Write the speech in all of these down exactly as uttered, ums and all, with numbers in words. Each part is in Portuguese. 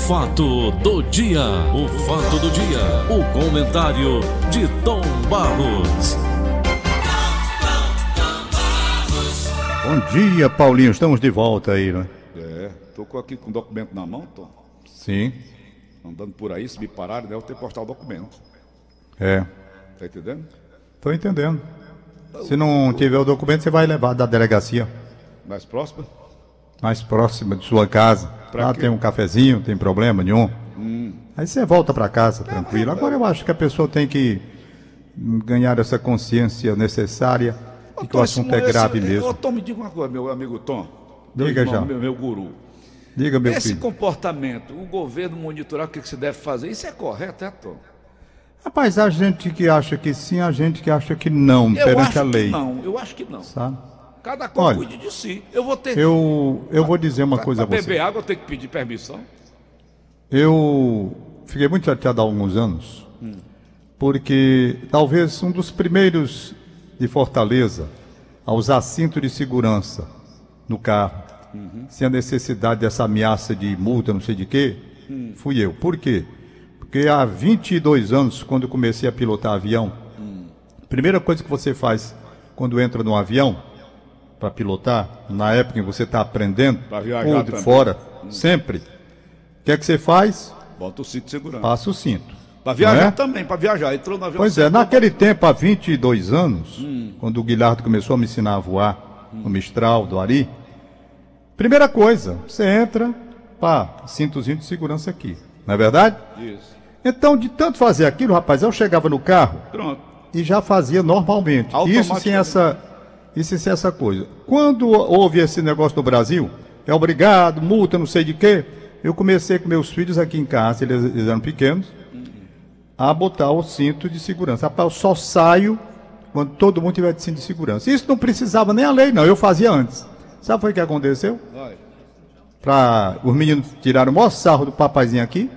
fato do dia, o fato do dia, o comentário de Tom Barros. Bom dia, Paulinho, estamos de volta aí, né? É, tô aqui com o documento na mão, Tom. Sim. Andando por aí, se me pararem, deve ter postado o documento. É. Tá entendendo? Tô entendendo. Se não tiver o documento, você vai levar da delegacia Mais próxima? mais próxima de sua casa. Pra Lá quê? tem um cafezinho, tem problema nenhum. Hum. Aí você volta pra casa, tranquilo. Agora eu acho que a pessoa tem que ganhar essa consciência necessária Ô, de que Tom, o esse- assunto é grave esse- mesmo. Ô, Tom, me diga uma coisa, meu amigo Tom. Meu Diga irmão, já. Meu, meu guru. Diga, meu Esse filho. comportamento, o governo monitorar o que, que se deve fazer, isso é correto, é, Tom? Rapaz, a gente que acha que sim, a gente que acha que não, Eu perante acho a lei. que não, eu acho que não. Sabe? Cada qual Olha, cuide de si. Eu vou ter... Eu, eu vou dizer uma Pra- coisa a pra você. beber água, eu tenho que pedir permissão. Eu fiquei muito chateado há alguns anos, porque talvez um dos primeiros de Fortaleza a usar cinto de segurança no carro, sem a necessidade dessa ameaça de multa, não sei de quê, fui eu. Por quê? Porque há vinte e dois anos, quando eu comecei a pilotar avião, a primeira coisa que você faz quando entra num avião, para pilotar, na época em que você está aprendendo, Pra viajar ou de também. fora, sempre, o que é que você faz? Bota o cinto de segurança. Passa o cinto. Pra viajar Não é? também, pra viajar. Entrou no avião. Pois é, sentou, naquele tempo, há vinte e dois anos, quando o Guilherme começou a me ensinar a voar no Mistral, do Ari, primeira coisa, você entra, pá, cintozinho de segurança aqui, não é verdade? Isso. Então, de tanto fazer aquilo, rapaz, eu chegava no carro Pronto. e já fazia normalmente. Isso sem Automaticamente. essa, isso sem essa coisa. Quando houve esse negócio no Brasil, é obrigado, multa, não sei de quê, eu comecei com meus filhos aqui em casa, eles, eles eram pequenos, a botar o cinto de segurança. Rapaz, eu só saio quando todo mundo tiver de cinto de segurança. Isso não precisava nem a lei, não, eu fazia antes. Sabe foi o que aconteceu? Vai. Para os meninos tirarem o maior sarro do papazinho aqui.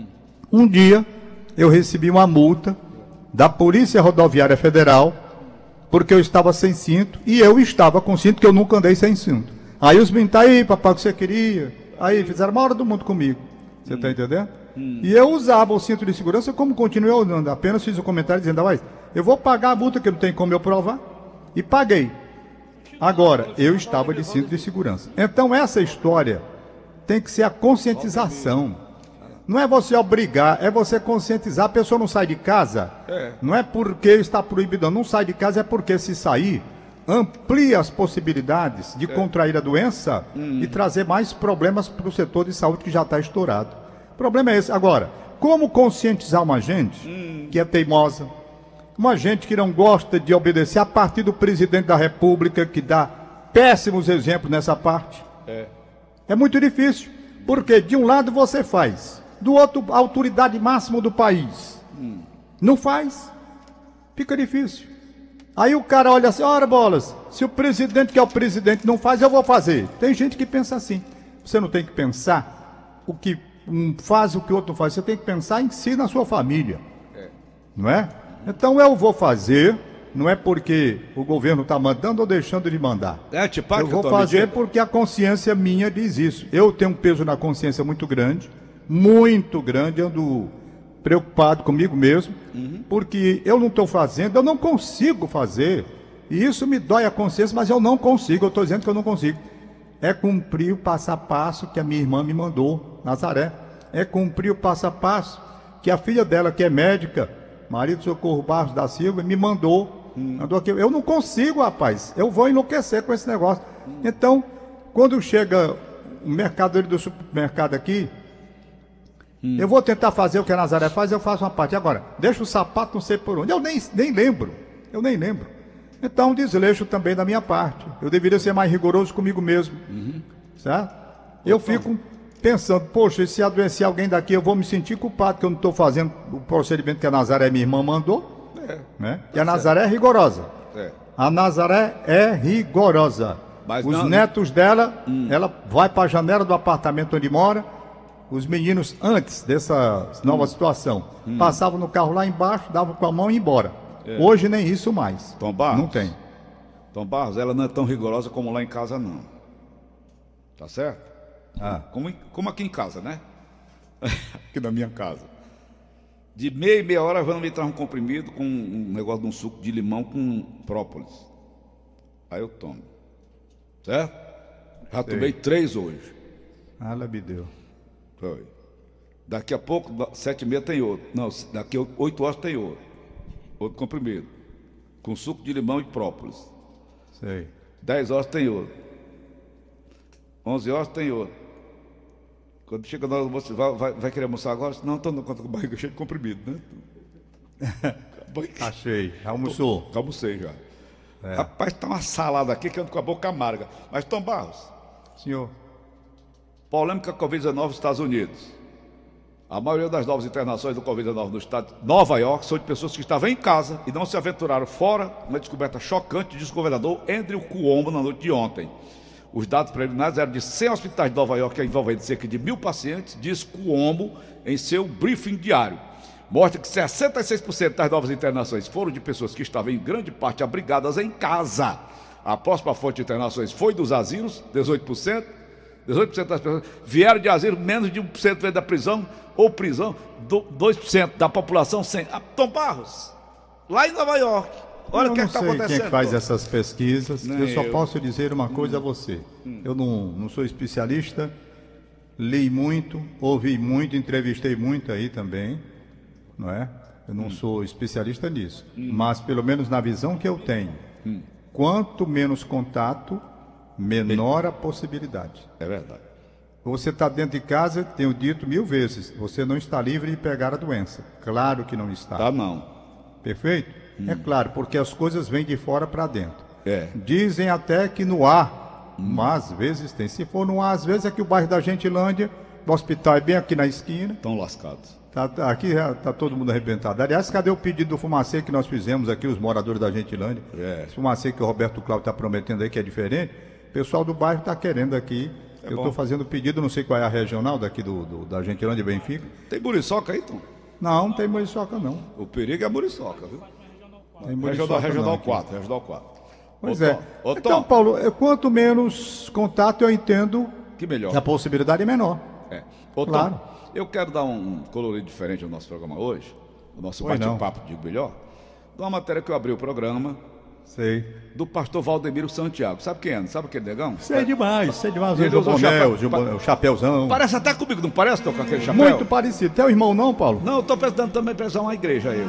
Um dia eu recebi uma multa da Polícia Rodoviária Federal porque eu estava sem cinto e eu estava com cinto, que eu nunca andei sem cinto. Aí os meninos, tá aí, papai, o que você queria? Aí fizeram uma hora do mundo comigo. Você está entendendo? E eu usava o cinto de segurança como continuei usando. Apenas fiz um comentário dizendo, ah, mas eu vou pagar a multa que não tem como eu provar. E paguei. Agora, eu estava de cinto de segurança. Então essa história tem que ser a conscientização. Não é você obrigar, é você conscientizar. A pessoa não sai de casa, É. não é porque está proibido, não sai de casa, é porque se sair, amplia as possibilidades de contrair a doença e trazer mais problemas para o setor de saúde que já está estourado. O problema é esse. Agora, como conscientizar uma gente que é teimosa, uma gente que não gosta de obedecer a partir do presidente da República, que dá péssimos exemplos nessa parte? É. É muito difícil, porque de um lado você faz, do outro a autoridade máxima do país não faz, fica difícil. Aí o cara olha assim, ora bolas, se o presidente que é o presidente não faz, eu vou fazer. Tem gente que pensa assim. Você não tem que pensar o que um faz, o que o outro não faz, você tem que pensar em si, na sua família, não é? Então eu vou fazer, não é porque o governo está mandando ou deixando de mandar. É antipático, Eu vou Tom, fazer mentira. porque a consciência minha diz isso. Eu tenho um peso na consciência muito grande, muito grande, ando preocupado comigo mesmo, porque eu não estou fazendo, eu não consigo fazer, e isso me dói a consciência, mas eu não consigo, eu estou dizendo que eu não consigo. É cumprir o passo a passo que a minha irmã me mandou, Nazaré. É cumprir o passo a passo que a filha dela, que é médica, Maria do Socorro Barros da Silva, me mandou. Mandou aqui. Eu não consigo, rapaz. Eu vou enlouquecer com esse negócio. Então, quando chega o mercadoria do supermercado aqui, eu vou tentar fazer o que a Nazaré faz, eu faço uma parte. Agora, deixa o sapato não sei por onde. Eu nem, nem lembro. Eu nem lembro. Então, desleixo também da minha parte. Eu deveria ser mais rigoroso comigo mesmo. Certo? Eu fico pensando, poxa, e se adoecer alguém daqui, eu vou me sentir culpado que eu não estou fazendo o procedimento que a Nazaré, minha irmã, mandou. É. Né? E a Nazaré é rigorosa. É. A Nazaré é rigorosa. Mas Os não- netos dela, ela vai para a janela do apartamento onde mora. Os meninos, antes dessa nova situação, passavam no carro lá embaixo, davam com a mão e ia embora. Hoje nem isso mais. Tom Barros. Não tem. Tom Barros, ela não é tão rigorosa como lá em casa, não. Tá certo? Ah. Como, em- como aqui em casa, né? aqui na minha casa. De meia e meia hora vão me trazer um comprimido com um negócio de um suco de limão com própolis. Aí eu tomo. Certo? Já Sei. tomei três hoje. Ah, me deu. Foi. Daqui a pouco, sete e meia tem outro. Não, daqui a oito horas tem outro. Outro comprimido. Com suco de limão e própolis. Sei. Dez horas tem outro. Onze horas tem outro. Quando chega na hora do almoço, vai, vai, vai querer almoçar agora? Não, estou com a barriga cheia de comprimido, né? Achei. Almoçou? Almocei já. É. Rapaz, tá uma salada aqui que eu ando com a boca amarga. Mas, Tom Barros, Senhor. polêmica covid dezenove nos Estados Unidos. A maioria das novas internações do covid dezenove no estado de Nova York são de pessoas que estavam em casa e não se aventuraram fora, uma descoberta chocante, diz o governador Andrew Cuomo na noite de ontem. Os dados preliminares eram de cem hospitais de Nova York, envolvendo cerca de mil pacientes, diz Cuomo em seu briefing diário. Mostra que sessenta e seis por cento das novas internações foram de pessoas que estavam em grande parte abrigadas em casa. A próxima fonte de internações foi dos asilos, dezoito por cento. dezoito por cento das pessoas vieram de asilo, menos de um por cento veio da prisão, ou prisão, dois por cento da população sem. Ah, Tom Barros, lá em Nova York. Olha o que está acontecendo. Quem é que faz essas pesquisas? Nem eu só eu. posso dizer uma coisa hum. a você. Hum. Eu não, não sou especialista, li muito, ouvi muito, entrevistei muito aí também, não é? Eu não hum. sou especialista nisso. Hum. Mas, pelo menos na visão que eu tenho, hum. quanto menos contato, menor a possibilidade. É verdade. Você está dentro de casa, tenho dito mil vezes, você não está livre de pegar a doença. Claro que não está. Tá não. Perfeito? Hum. É claro, porque as coisas vêm de fora para dentro. É. Dizem até que no ar, hum. mas às vezes tem. Se for no ar, às vezes é que o bairro da Gentilândia, o hospital é bem aqui na esquina. Estão lascados. Tá, tá, aqui está todo mundo arrebentado. Aliás, cadê o pedido do fumacê que nós fizemos aqui, os moradores da Gentilândia? É. Esse fumacê que o Roberto Cláudio está prometendo aí, que é diferente, o pessoal do bairro está querendo aqui. É Eu estou fazendo pedido, não sei qual é a regional daqui do, do, da Gentilândia e Benfica. Tem muriçoca aí, Tom? Não, não tem muriçoca, não. O perigo é a muriçoca, viu? Tem regional, regional quatro, regional quatro. Pois Ô, é. Tom, ô, então, Tom. Paulo, quanto menos contato eu entendo que melhor. Que a possibilidade é menor. É. Ô, claro. Tom, eu quero dar um colorido diferente ao nosso programa hoje, o nosso Pois bate-papo, digo melhor, de uma matéria que eu abri o programa. Sei. Do pastor Valdemiro Santiago. Sabe quem é? Sabe aquele negão? Sei demais, sei demais. Ele usa o chapéu, chapéu, o chapéuzão. Parece até comigo, não parece, tô com aquele chapéu? Muito parecido. Tem o irmão não, Paulo? Não, eu tô precisando também precisar uma igreja aí.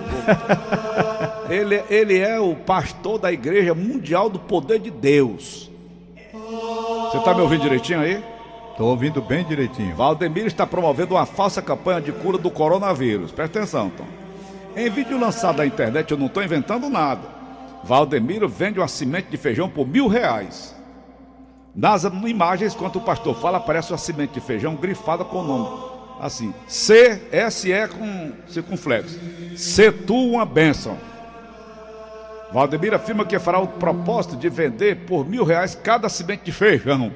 ele, ele é o pastor da Igreja Mundial do Poder de Deus. Você tá me ouvindo direitinho aí? Tô ouvindo bem direitinho. Valdemiro está promovendo uma falsa campanha de cura do coronavírus. Presta atenção, Tom. Em vídeo lançado na internet, eu não estou inventando nada. Valdemiro vende uma semente de feijão por mil reais. Nas imagens, quando o pastor fala, aparece uma semente de feijão grifada com o nome. Assim, C, S E com circunflexo. Se tu uma bênção. Valdemiro afirma que fará o propósito de vender por mil reais cada semente de feijão.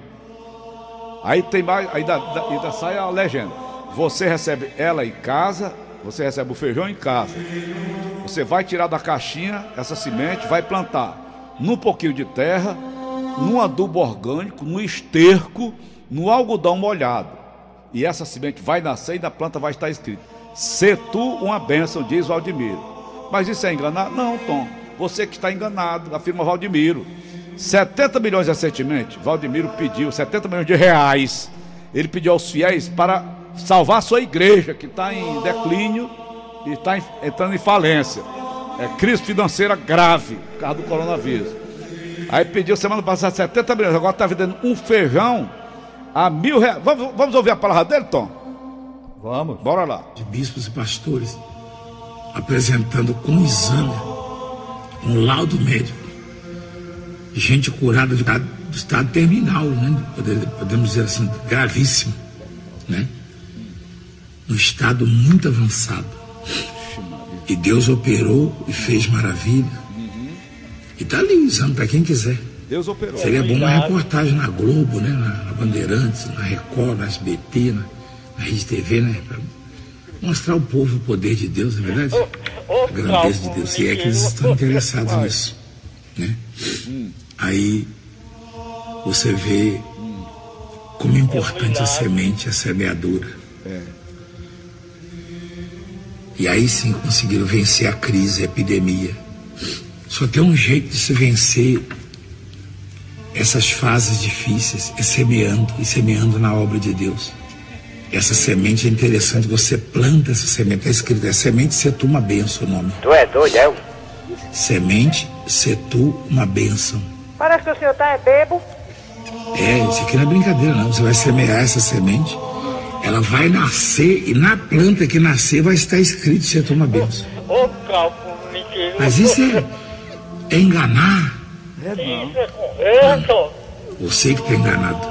Aí tem mais, aí ainda, ainda sai a legenda. Você recebe ela em casa, você recebe o feijão em casa. Você vai tirar da caixinha essa semente, vai plantar num pouquinho de terra, num adubo orgânico, no esterco, no algodão molhado. E essa semente vai nascer e na planta vai estar escrito: se tu uma bênção, diz Valdemiro. Mas isso é enganar? Não, Tom. Você que está enganado, afirma Valdemiro. setenta milhões recentemente, Valdemiro pediu setenta milhões de reais. Ele pediu aos fiéis para salvar a sua igreja, que está em declínio e está entrando em falência. É crise financeira grave por causa do coronavírus. Aí pediu semana passada setenta milhões, agora está vendendo um feijão a mil reais. Vamos, vamos ouvir a palavra dele, Tom? Vamos. Bora lá. De bispos e pastores apresentando com exame, um laudo médico, gente curada do estado, do estado terminal, né? Podemos dizer assim, gravíssimo, né? No estado muito avançado. E Deus operou e fez maravilha. Uhum. E tá ali o exame para quem quiser. Deus operou. Seria bom uma reportagem na Globo, né? Na, na Bandeirantes, na Record, na S B T, na, na Rede T V, né? Pra mostrar ao povo o poder de Deus, não é verdade? A grandeza de Deus. E é que eles estão interessados nisso, né? Aí você vê como é importante a semente, a semeadura. E aí sim conseguiram vencer a crise, a epidemia. Só tem um jeito de se vencer essas fases difíceis, é semeando, e semeando na obra de Deus. Essa semente é interessante, você planta essa semente, está escrito, é semente setu uma bênção o nome. Tu é doido, é? Semente setu uma bênção. Parece que o senhor tá é bebo. É, isso aqui não é brincadeira não, você vai semear essa semente, ela vai nascer, e na planta que nascer vai estar escrito setu uma bênção. Ô, calvo, mentira. Mas isso é, é enganar. É não. Isso é correto. Você que está enganado.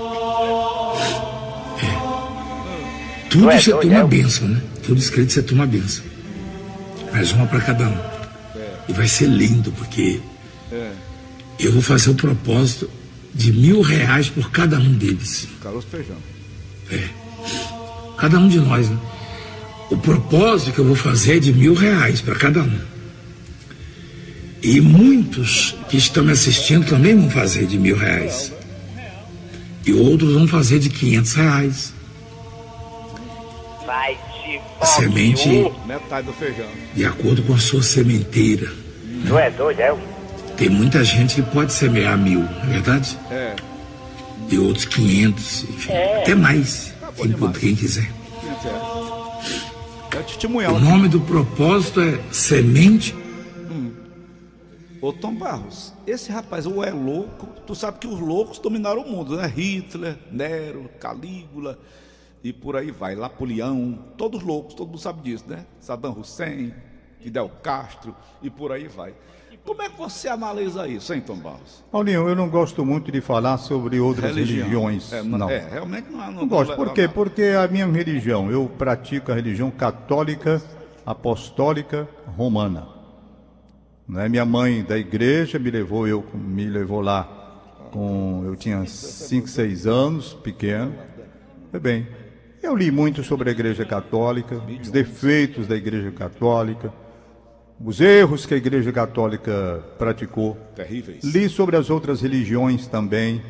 É. Tudo é você doido, toma é? bênção, né? Tudo escrito você toma bênção. Mais uma para cada um. É. E vai ser lindo, porque É. eu vou fazer o propósito de mil reais por cada um deles. Caroço Feijão. É. Cada um de nós, né? O propósito que eu vou fazer é de mil reais para cada um. E muitos que estão me assistindo também vão fazer de mil reais. E outros vão fazer de quinhentos reais. Vai te Semente Metade do feijão. de acordo com a sua sementeira. Tu é doido, é? Tem muita gente que pode semear mil, não é verdade? É. E outros quinhentos, enfim, até mais. Quem, quem quiser. É o testemunhal. O nome do propósito é Semente. Ô Tom Barros, esse rapaz, o é louco, tu sabe que os loucos dominaram o mundo, né? Hitler, Nero, Calígula e por aí vai, Napoleão, todos loucos, todo mundo sabe disso, né? Saddam Hussein, Fidel Castro e por aí vai. Como é que você analisa isso, hein, Tom Barros? Paulinho, eu não gosto muito de falar sobre outras Religião. religiões. É, não. é, realmente não, não, Não gosto. não- Por quê? não. Porque a minha religião, eu pratico a religião católica, apostólica, romana. Né? Minha mãe da igreja me levou, eu, me levou lá com, eu tinha cinco, seis anos, pequeno. Foi bem. Eu li muito sobre a igreja católica, os defeitos da igreja católica, os erros que a igreja católica praticou. Terríveis. Li sobre as outras religiões também.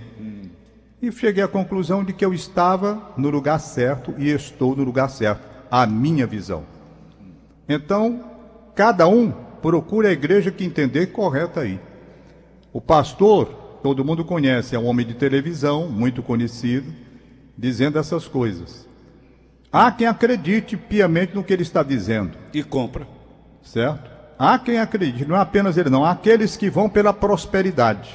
E cheguei à conclusão de que eu estava no lugar certo e estou no lugar certo. A minha visão. Então, cada um procura a igreja que entender correta aí. O pastor, todo mundo conhece, é um homem de televisão, muito conhecido, dizendo essas coisas. Há quem acredite piamente no que ele está dizendo. E compra. Certo? Há quem acredite, não é apenas ele não, há aqueles que vão pela prosperidade.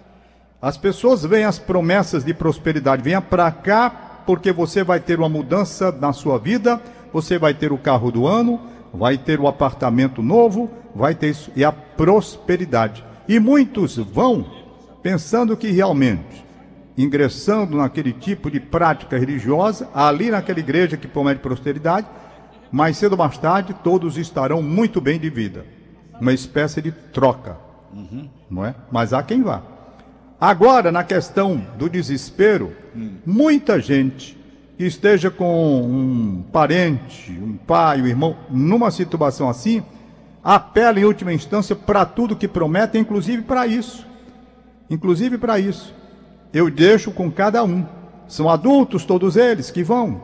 As pessoas veem as promessas de prosperidade, venha para cá porque você vai ter uma mudança na sua vida, você vai ter o carro do ano, vai ter o apartamento novo, vai ter isso, e a prosperidade. E muitos vão pensando que realmente, ingressando naquele tipo de prática religiosa, ali naquela igreja que promete prosperidade, mais cedo ou mais tarde, todos estarão muito bem de vida. Uma espécie de troca, uhum. Não é? Mas há quem vá. Agora, na questão do desespero, hum. muita gente que esteja com um parente, um pai, um irmão, numa situação assim, apela em última instância para tudo que promete, inclusive para isso. Inclusive para isso. Eu deixo com cada um. São adultos todos eles que vão.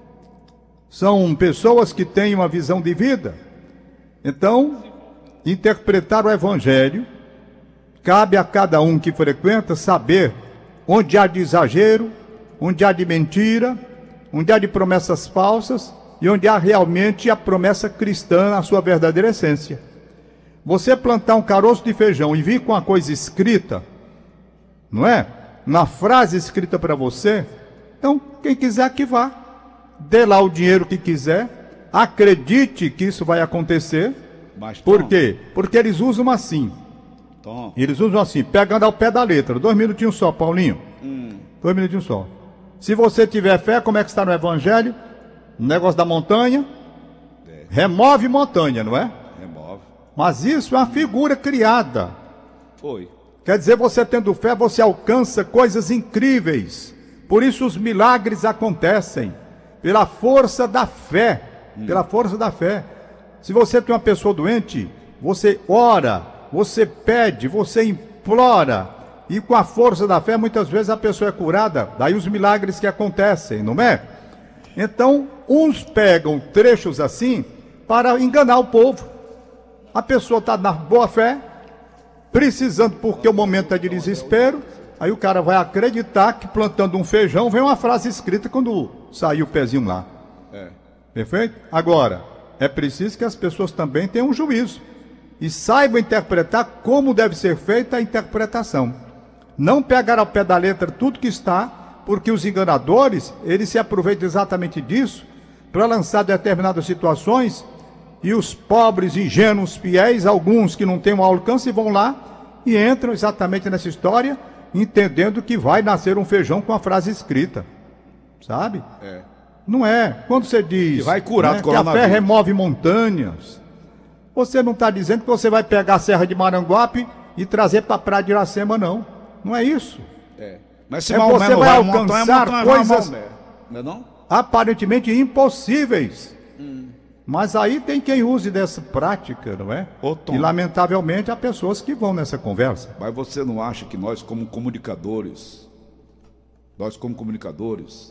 São pessoas que têm uma visão de vida. Então, interpretar o Evangelho, cabe a cada um que frequenta saber onde há de exagero, onde há de mentira, onde há de promessas falsas e onde há realmente a promessa cristã na sua verdadeira essência. Você plantar um caroço de feijão e vir com a coisa escrita, não é? Na frase escrita para você, então quem quiser que vá, dê lá o dinheiro que quiser, acredite que isso vai acontecer. Mas, Por Tom, quê? Porque eles usam assim. Tom, Eles usam assim, pegando ao pé da letra. Dois minutinhos só, Paulinho. hum, Dois minutinhos só. Se você tiver fé, como é que está no Evangelho? No negócio da montanha. É. Remove montanha, não é? remove. Mas isso é uma figura criada. Foi. Quer dizer, você tendo fé, você alcança coisas incríveis. Por isso os milagres acontecem. Pela força da fé. Hum. Pela força da fé. Se você tem uma pessoa doente, você ora, você pede, você implora. E com a força da fé, muitas vezes a pessoa é curada. Daí os milagres que acontecem, não é? Então, uns pegam trechos assim para enganar o povo. A pessoa está na boa fé, precisando porque o momento é de desespero, aí o cara vai acreditar que plantando um feijão vem uma frase escrita quando sair o pezinho lá. É. Perfeito? Agora, é preciso que as pessoas também tenham um juízo e saibam interpretar como deve ser feita a interpretação. Não pegar ao pé da letra tudo que está, porque os enganadores, eles se aproveitam exatamente disso para lançar determinadas situações e os pobres, ingênuos, fiéis, alguns que não têm um alcance, vão lá e entram exatamente nessa história, entendendo que vai nascer um feijão com a frase escrita. Sabe? É. Não é. Quando você diz que, vai curar né, do que a fé coronavírus. remove montanhas, você não está dizendo que você vai pegar a Serra de Maranguape e trazer para a Praia de Iracema, não. Não é isso. É. Mas se É Maomé você não vai vai montanha, alcançar montanha vai coisas Maomé. Não é não? aparentemente impossíveis. Hum. Mas aí tem quem use dessa prática, não é? Ô, Tom. E lamentavelmente há pessoas que vão nessa conversa. Mas você não acha que nós como comunicadores, nós como comunicadores,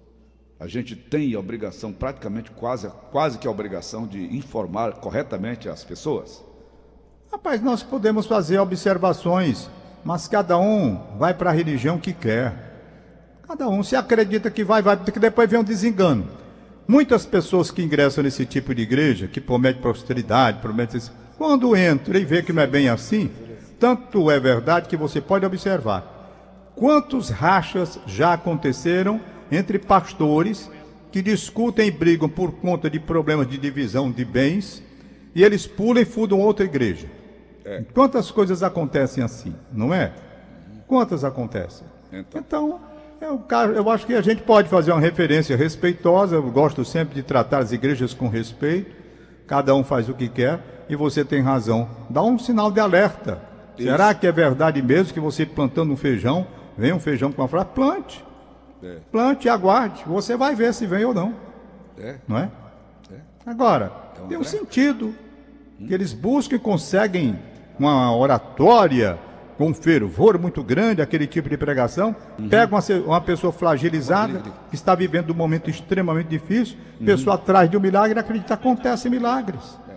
a gente tem a obrigação, praticamente quase, quase que a obrigação de informar corretamente as pessoas? Rapaz, nós podemos fazer observações, mas cada um vai para a religião que quer. Cada um se acredita que vai, vai, porque depois vem um desengano. Muitas pessoas que ingressam nesse tipo de igreja, que promete prosperidade, promete isso, quando entra e vê que não é bem assim, tanto é verdade que você pode observar. Quantos rachas já aconteceram entre pastores que discutem e brigam por conta de problemas de divisão de bens e eles pulam e fundam outra igreja? É. Quantas coisas acontecem assim, não é? Quantas acontecem? Então, então eu, eu acho que a gente pode fazer uma referência respeitosa. Eu gosto sempre de tratar as igrejas com respeito. Cada um faz o que quer e você tem razão. Dá um sinal de alerta. Isso. Será que é verdade mesmo que você plantando um feijão, vem um feijão com uma frase? Plante. É. Plante e aguarde. Você vai ver se vem ou não. É. Não é? É. Agora, então, tem um é. sentido hum. que eles buscam e conseguem uma oratória com um fervor muito grande, aquele tipo de pregação, uhum. pega uma, uma pessoa fragilizada, que está vivendo um momento extremamente difícil, uhum. pessoa atrás de um milagre e acredita que acontecem milagres. É.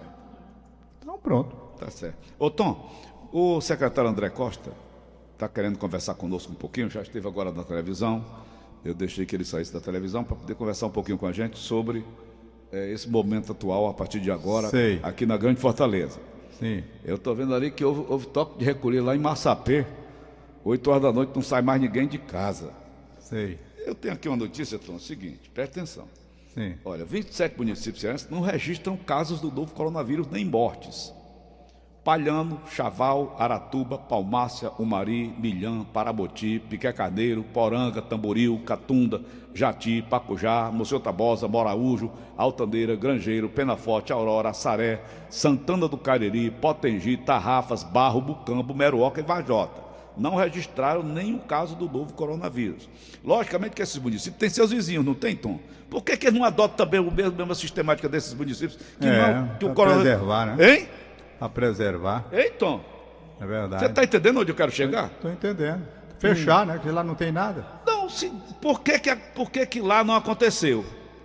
Então pronto. Tá certo. Ô Tom, o secretário André Costa está querendo conversar conosco um pouquinho, já esteve agora na televisão, eu deixei que ele saísse da televisão para poder conversar um pouquinho com a gente sobre é, esse momento atual, a partir de agora, Sei. aqui na Grande Fortaleza. Sim. Eu estou vendo ali que houve, houve toque de recolher lá em Massapê. oito horas da noite não sai mais ninguém de casa. Sei. Eu tenho aqui uma notícia, Tom, é o seguinte, presta atenção. Sim. Olha, vinte e sete municípios cearenses não registram casos do novo coronavírus nem mortes. Palhano, Chaval, Aratuba, Palmácia, Umari, Milhã, Paraboti, Piqué Carneiro, Poranga, Tamboril, Catunda, Jati, Pacujá, Moceu Tabosa, Moraújo, Altandeira, Grangeiro, Penaforte, Aurora, Assaré, Santana do Cariri, Potengi, Tarrafas, Barro, Bucambo, Meruoca e Vajota. Não registraram nenhum caso do novo coronavírus. Logicamente que esses municípios têm seus vizinhos, não tem, Tom? Por que, que eles não adotam também a mesma sistemática desses municípios? Que é, não, que o coronavírus... preservar, né? Hein? A preservar. Ei, Tom. É verdade. Você está entendendo onde eu quero chegar? Estou entendendo. Fechar, hum. né? Porque lá não tem nada. Não, se, por, que, que, por que que lá não aconteceu?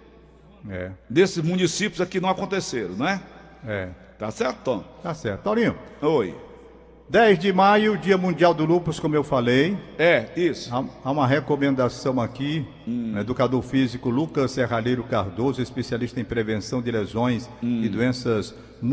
É. Desses municípios aqui não aconteceram, não é? É. Tá certo, Tom? Tá certo. Torinho. Oi. dez de maio, Dia Mundial do Lúpus, como eu falei. É, isso. Há, há uma recomendação aqui, hum. no educador físico Lucas Serralheiro Cardoso, especialista em prevenção de lesões hum. e doenças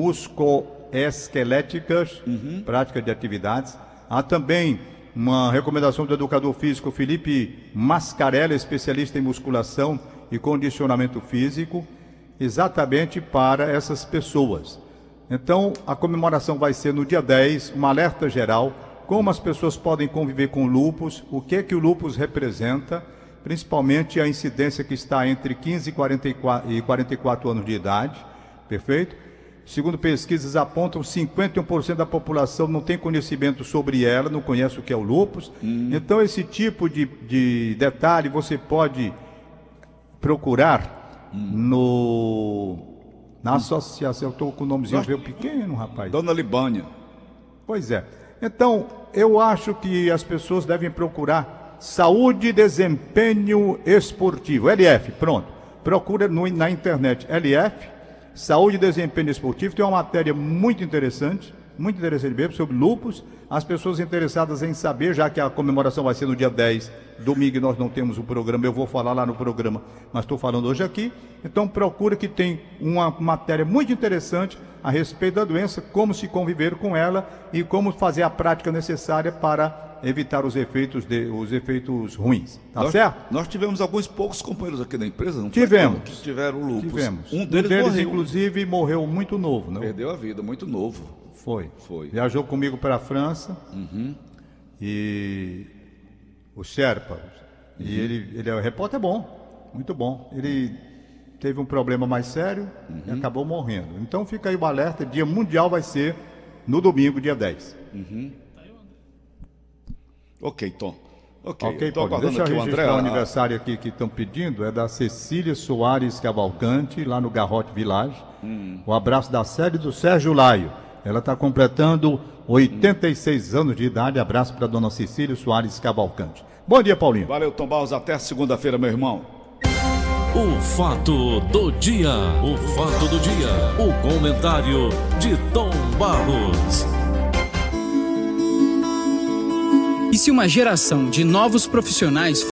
musculoesqueléticas, uhum. prática de atividades. Há também uma recomendação do educador físico Felipe Mascarella, especialista em musculação e condicionamento físico, exatamente para essas pessoas. Então, a comemoração vai ser no dia dez, uma alerta geral, como as pessoas podem conviver com o lúpus, o que é que o lúpus representa, principalmente a incidência que está entre quinze e quarenta e quatro anos de idade, perfeito? Segundo pesquisas apontam, cinquenta e um por cento da população não tem conhecimento sobre ela, não conhece o que é o lúpus. Hum. Então, esse tipo de, de detalhe você pode procurar hum. no, na associação. Eu estou com o nomezinho meio pequeno, rapaz. Dona Libânia. Pois é. Então, eu acho que as pessoas devem procurar Saúde e Desempenho Esportivo, L F, pronto. Procura no, na internet, L F. Saúde e desempenho esportivo, tem uma matéria muito interessante, muito interessante mesmo, sobre lúpus. As pessoas interessadas em saber, já que a comemoração vai ser no dia dez, domingo, e nós não temos o programa, eu vou falar lá no programa, mas estou falando hoje aqui. Então procura, que tem uma matéria muito interessante a respeito da doença, como se conviver com ela e como fazer a prática necessária para evitar os efeitos, de, os efeitos ruins. Tá nós, certo? Nós tivemos alguns poucos companheiros aqui da empresa, não tivemos, foi? Que tiveram lúpus. Tivemos. Um deles, um deles morreu. inclusive, morreu muito novo, não? Perdeu a vida, muito novo. Foi. Foi. Viajou comigo para a França. Uhum. E o Sherpa. Uhum. E ele, ele é o repórter, é bom, muito bom. Ele teve um problema mais sério uhum. e acabou morrendo. Então fica aí o alerta, dia mundial vai ser no domingo, dia dez. Uhum. Ok, Tom. Ok, Ok, Paulo. Deixa eu registrar o, André, o aniversário aqui que estão pedindo, é da Cecília Soares Cavalcante, lá no Garrote Village. Hum. O abraço da série do Sérgio Laio. Ela está completando oitenta e seis hum. anos de idade. Abraço para dona Cecília Soares Cavalcante. Bom dia, Paulinho. Valeu, Tom Barros. Até segunda-feira, meu irmão. O fato do dia. O fato do dia. O comentário de Tom Barros. E se uma geração de novos profissionais